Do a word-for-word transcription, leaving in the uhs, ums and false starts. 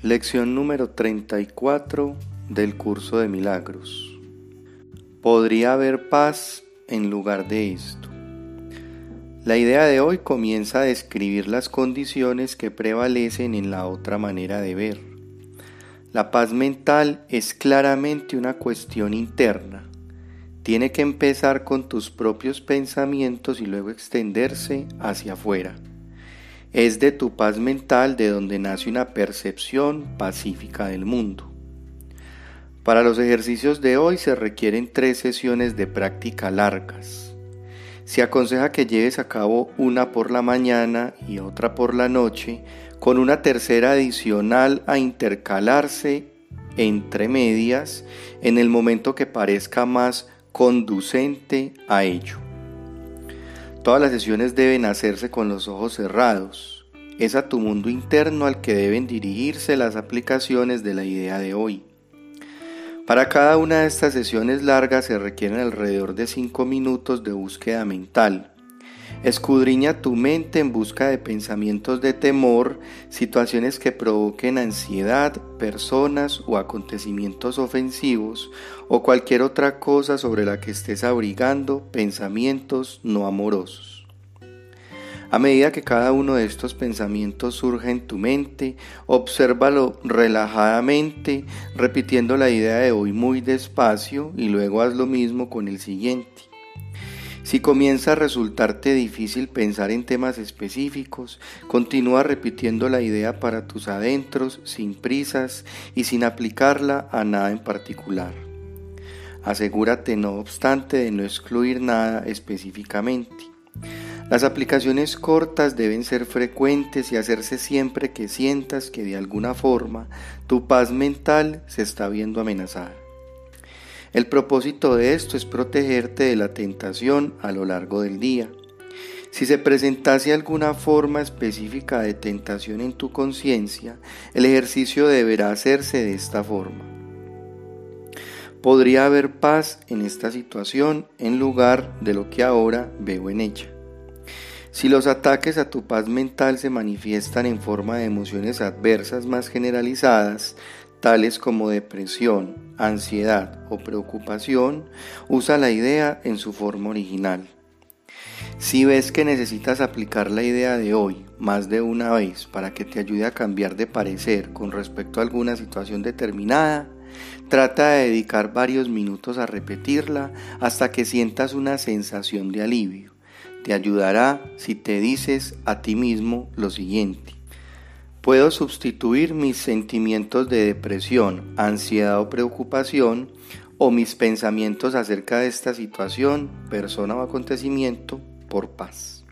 Lección número treinta y cuatro del curso de milagros. Podría haber paz en lugar de esto. La idea de hoy comienza a describir las condiciones que prevalecen en la otra manera de ver. La paz mental es claramente una cuestión interna. Tiene que empezar con tus propios pensamientos y luego extenderse hacia afuera. Es de tu paz mental de donde nace una percepción pacífica del mundo. Para los ejercicios de hoy se requieren tres sesiones de práctica largas. Se aconseja que lleves a cabo una por la mañana y otra por la noche, con una tercera adicional a intercalarse entre medias en el momento que parezca más conducente a ello. Todas las sesiones deben hacerse con los ojos cerrados. Es a tu mundo interno al que deben dirigirse las aplicaciones de la idea de hoy. Para cada una de estas sesiones largas se requieren alrededor de cinco minutos de búsqueda mental. Escudriña tu mente en busca de pensamientos de temor, situaciones que provoquen ansiedad, personas o acontecimientos ofensivos o cualquier otra cosa sobre la que estés abrigando pensamientos no amorosos. A medida que cada uno de estos pensamientos surja en tu mente, obsérvalo relajadamente, repitiendo la idea de hoy muy despacio y luego haz lo mismo con el siguiente. Si comienza a resultarte difícil pensar en temas específicos, continúa repitiendo la idea para tus adentros, sin prisas y sin aplicarla a nada en particular. Asegúrate, no obstante, de no excluir nada específicamente. Las aplicaciones cortas deben ser frecuentes y hacerse siempre que sientas que de alguna forma tu paz mental se está viendo amenazada. El propósito de esto es protegerte de la tentación a lo largo del día. Si se presentase alguna forma específica de tentación en tu conciencia, el ejercicio deberá hacerse de esta forma. Podría haber paz en esta situación en lugar de lo que ahora veo en ella. Si los ataques a tu paz mental se manifiestan en forma de emociones adversas más generalizadas, tales como depresión, ansiedad o preocupación, usa la idea en su forma original. Si ves que necesitas aplicar la idea de hoy más de una vez para que te ayude a cambiar de parecer con respecto a alguna situación determinada, trata de dedicar varios minutos a repetirla hasta que sientas una sensación de alivio. Te ayudará si te dices a ti mismo lo siguiente: puedo sustituir mis sentimientos de depresión, ansiedad o preocupación o mis pensamientos acerca de esta situación, persona o acontecimiento por paz.